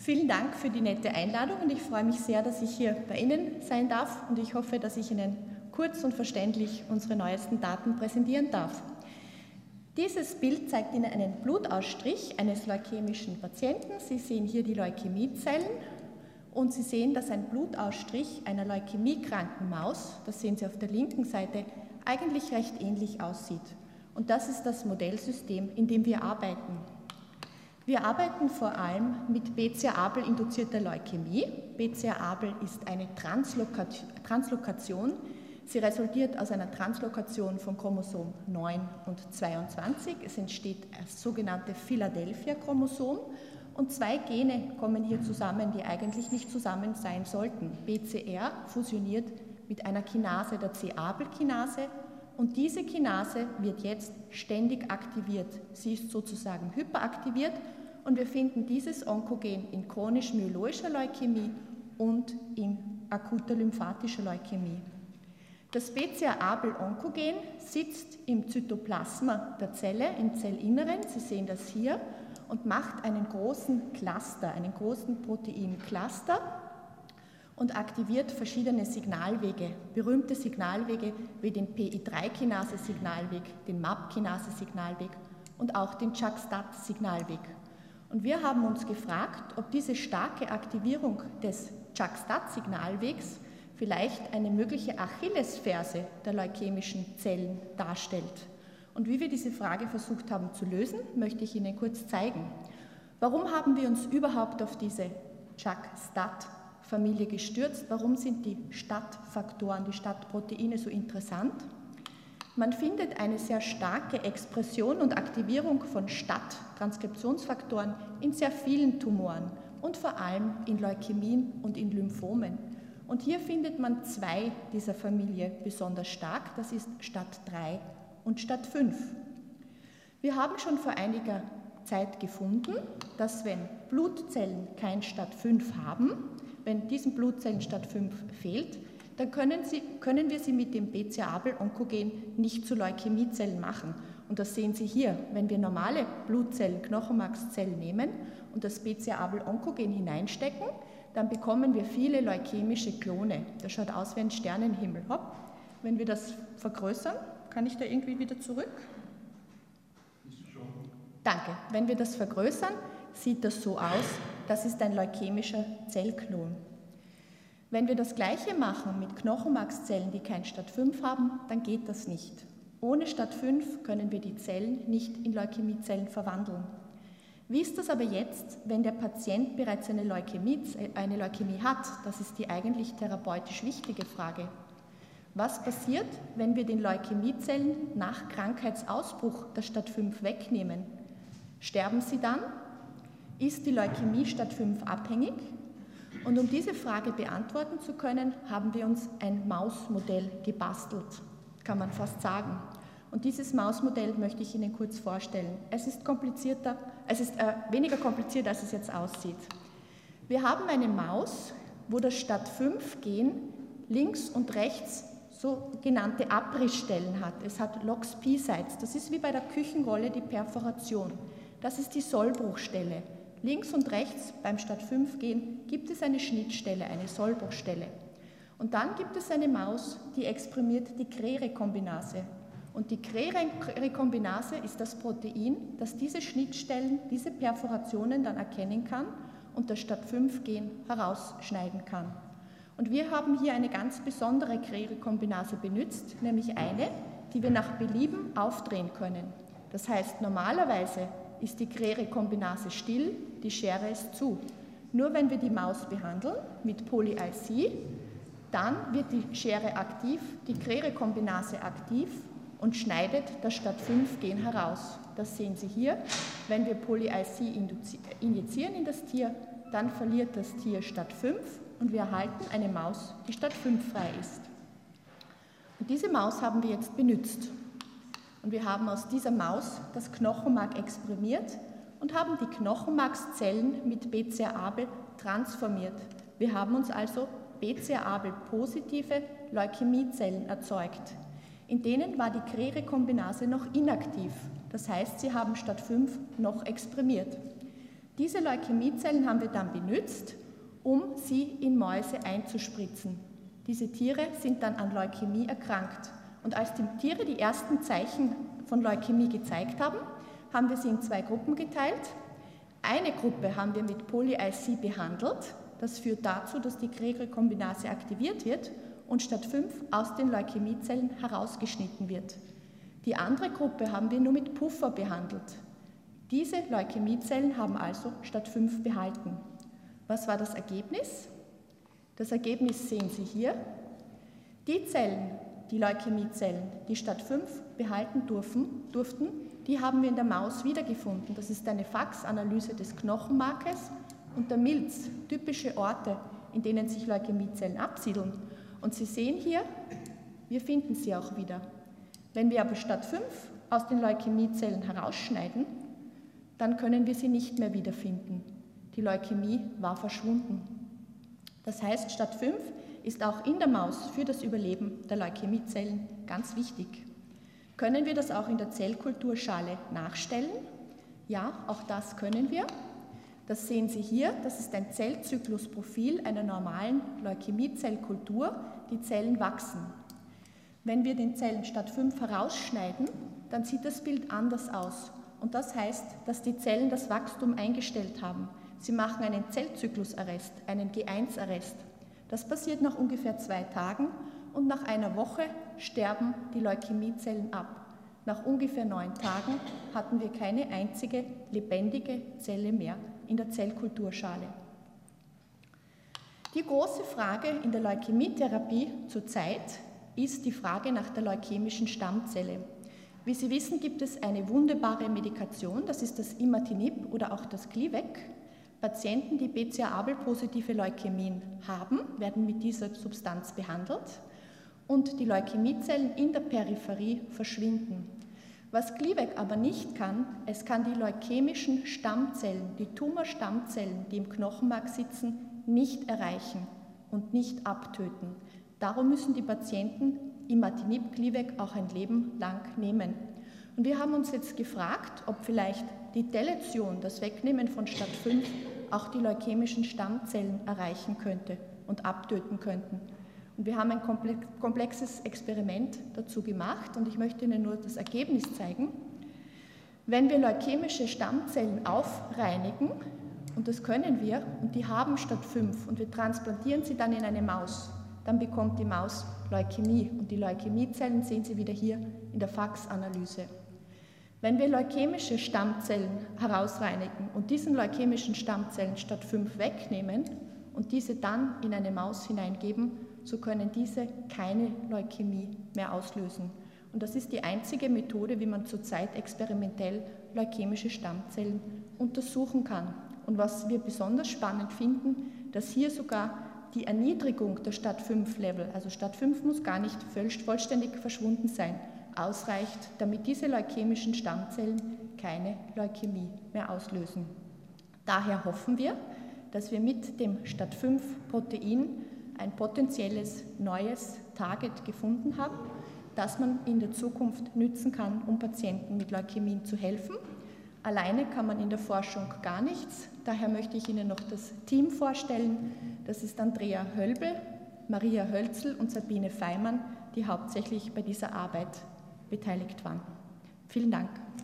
Vielen Dank für die nette Einladung und ich freue mich sehr, dass ich hier bei Ihnen sein darf und ich hoffe, dass ich Ihnen kurz und verständlich unsere neuesten Daten präsentieren darf. Dieses Bild zeigt Ihnen einen Blutausstrich eines leukämischen Patienten. Sie sehen hier die Leukämiezellen und Sie sehen, dass ein Blutausstrich einer leukämiekranken Maus, das sehen Sie auf der linken Seite, eigentlich recht ähnlich aussieht. Und das ist das Modellsystem, in dem wir arbeiten. Wir arbeiten vor allem mit BCR-ABL-induzierter Leukämie. BCR-ABL ist eine Translokation. Sie resultiert aus einer Translokation von Chromosom 9 und 22. Es entsteht das sogenannte Philadelphia-Chromosom und zwei Gene kommen hier zusammen, die eigentlich nicht zusammen sein sollten. BCR fusioniert mit einer Kinase, der C-ABL-Kinase, und diese Kinase wird jetzt ständig aktiviert. Sie ist sozusagen hyperaktiviert und wir finden dieses Onkogen in chronisch-myeloischer Leukämie und in akuter lymphatischer Leukämie. Das BCR-ABL-Onkogen sitzt im Zytoplasma der Zelle, im Zellinneren, Sie sehen das hier, und macht einen großen Cluster, einen großen Proteincluster und aktiviert verschiedene Signalwege, berühmte Signalwege wie den PI3-Kinase-Signalweg, den MAP-Kinase-Signalweg und auch den JAK-STAT-Signalweg. Und wir haben uns gefragt, ob diese starke Aktivierung des JAK-STAT-Signalwegs vielleicht eine mögliche Achillesferse der leukämischen Zellen darstellt. Und wie wir diese Frage versucht haben zu lösen, möchte ich Ihnen kurz zeigen. Warum haben wir uns überhaupt auf diese JAK-STAT-Familie gestürzt? Warum sind die STAT-Faktoren, die STAT-Proteine so interessant? Man findet eine sehr starke Expression und Aktivierung von STAT-Transkriptionsfaktoren in sehr vielen Tumoren und vor allem in Leukämien und in Lymphomen. Und hier findet man zwei dieser Familie besonders stark, das ist STAT3 und STAT5. Wir haben schon vor einiger Zeit gefunden, dass wenn Blutzellen kein STAT5 haben, wenn diesen Blutzellen STAT5 fehlt, dann können wir sie mit dem BCR-ABL-Onkogen nicht zu Leukämiezellen machen. Und das sehen Sie hier, wenn wir normale Blutzellen, Knochenmarkszellen nehmen und das BCR-ABL-Onkogen hineinstecken, dann bekommen wir viele leukämische Klone. Das schaut aus wie ein Sternenhimmel. Hopp. Wenn wir das vergrößern, kann ich da irgendwie wieder zurück? Danke. Wenn wir das vergrößern, sieht das so aus. Das ist ein leukämischer Zellklon. Wenn wir das Gleiche machen mit Knochenmarkszellen, die kein STAT5 haben, dann geht das nicht. Ohne STAT5 können wir die Zellen nicht in Leukämiezellen verwandeln. Wie ist das aber jetzt, wenn der Patient bereits eine Leukämie hat? Das ist die eigentlich therapeutisch wichtige Frage. Was passiert, wenn wir den Leukämiezellen nach Krankheitsausbruch das STAT5 wegnehmen? Sterben sie dann? Ist die Leukämie STAT5 abhängig? Und um diese Frage beantworten zu können, haben wir uns ein Mausmodell gebastelt, kann man fast sagen. Und dieses Mausmodell möchte ich Ihnen kurz vorstellen. Es ist weniger kompliziert, als es jetzt aussieht. Wir haben eine Maus, wo das STAT5-Gen links und rechts sogenannte Abrissstellen hat. Es hat Lox-P-Sites. Das ist wie bei der Küchenrolle die Perforation. Das ist die Sollbruchstelle. Links und rechts beim STAT5-Gen gibt es eine Schnittstelle, eine Sollbruchstelle. Und dann gibt es eine Maus, die exprimiert die CRE-Rekombinase. Und die CRE-Rekombinase ist das Protein, das diese Schnittstellen, diese Perforationen dann erkennen kann und das STAT5-Gen herausschneiden kann. Und wir haben hier eine ganz besondere CRE-Rekombinase benutzt, nämlich eine, die wir nach Belieben aufdrehen können. Das heißt, normalerweise ist die CRE-Rekombinase still, die Schere ist zu. Nur wenn wir die Maus behandeln mit Poly-IC, dann wird die Schere aktiv, die CRE-Rekombinase aktiv und schneidet das STAT5-Gen heraus. Das sehen Sie hier. Wenn wir Poly-IC injizieren in das Tier, dann verliert das Tier STAT5 und wir erhalten eine Maus, die STAT5-frei ist. Und diese Maus haben wir jetzt benutzt. Und wir haben aus dieser Maus das Knochenmark exprimiert und haben die Knochenmarkszellen mit BCR-ABL transformiert. Wir haben uns also BCR-ABL-positive Leukämiezellen erzeugt. In denen war die CRE-Rekombinase noch inaktiv. Das heißt, sie haben STAT5 noch exprimiert. Diese Leukämiezellen haben wir dann benutzt, um sie in Mäuse einzuspritzen. Diese Tiere sind dann an Leukämie erkrankt. Und als die Tiere die ersten Zeichen von Leukämie gezeigt haben, haben wir sie in 2 Gruppen geteilt. Eine Gruppe haben wir mit Poly-IC behandelt. Das führt dazu, dass die Kregel-Kombinase aktiviert wird und statt 5 aus den Leukämiezellen herausgeschnitten wird. Die andere Gruppe haben wir nur mit Puffer behandelt. Diese Leukämiezellen haben also statt 5 behalten. Was war das Ergebnis? Das Ergebnis sehen Sie hier. Die Zellen, die Leukämiezellen, die statt 5 behalten durften, die haben wir in der Maus wiedergefunden. Das ist eine Faxanalyse des Knochenmarkes und der Milz, typische Orte, in denen sich Leukämiezellen absiedeln. Und Sie sehen hier, wir finden sie auch wieder. Wenn wir aber statt 5 aus den Leukämiezellen herausschneiden, dann können wir sie nicht mehr wiederfinden. Die Leukämie war verschwunden. Das heißt, statt 5 ist auch in der Maus für das Überleben der Leukämiezellen ganz wichtig. Können wir das auch in der Zellkulturschale nachstellen? Ja, auch das können wir. Das sehen Sie hier, das ist ein Zellzyklusprofil einer normalen Leukämiezellkultur. Die Zellen wachsen. Wenn wir den Zellen statt 5 herausschneiden, dann sieht das Bild anders aus. Und das heißt, dass die Zellen das Wachstum eingestellt haben. Sie machen einen Zellzyklusarrest, einen G1-Arrest. Das passiert nach ungefähr 2 Tagen und nach einer Woche sterben die Leukämiezellen ab. Nach ungefähr 9 Tagen hatten wir keine einzige lebendige Zelle mehr in der Zellkulturschale. Die große Frage in der Leukämietherapie zurzeit ist die Frage nach der leukämischen Stammzelle. Wie Sie wissen, gibt es eine wunderbare Medikation, das ist das Imatinib oder auch das Glivec. Patienten, die BCA-ABL-positive Leukämien haben, werden mit dieser Substanz behandelt und die Leukämiezellen in der Peripherie verschwinden. Was Glivec aber nicht kann, es kann die leukämischen Stammzellen, die Tumorstammzellen, die im Knochenmark sitzen, nicht erreichen und nicht abtöten. Darum müssen die Patienten Imatinib, Glivec auch ein Leben lang nehmen. Und wir haben uns jetzt gefragt, ob vielleicht die Deletion, das Wegnehmen von statt 5, auch die leukämischen Stammzellen erreichen könnte und abtöten könnten. Und wir haben ein komplexes Experiment dazu gemacht und ich möchte Ihnen nur das Ergebnis zeigen. Wenn wir leukämische Stammzellen aufreinigen, und das können wir, und die haben statt 5, und wir transplantieren sie dann in eine Maus, dann bekommt die Maus Leukämie und die Leukämiezellen sehen Sie wieder hier in der Faxanalyse. Wenn wir leukämische Stammzellen herausreinigen und diesen leukämischen Stammzellen statt 5 wegnehmen und diese dann in eine Maus hineingeben, so können diese keine Leukämie mehr auslösen. Und das ist die einzige Methode, wie man zurzeit experimentell leukämische Stammzellen untersuchen kann. Und was wir besonders spannend finden, dass hier sogar die Erniedrigung der statt 5 Level, also statt 5 muss gar nicht vollständig verschwunden sein, ausreicht, damit diese leukämischen Stammzellen keine Leukämie mehr auslösen. Daher hoffen wir, dass wir mit dem statt 5 Protein ein potenzielles neues Target gefunden haben, das man in der Zukunft nützen kann, um Patienten mit Leukämien zu helfen. Alleine kann man in der Forschung gar nichts. Daher möchte ich Ihnen noch das Team vorstellen. Das ist Andrea Hölbel, Maria Hölzl und Sabine Feimann, die hauptsächlich bei dieser Arbeit beteiligt waren. Vielen Dank.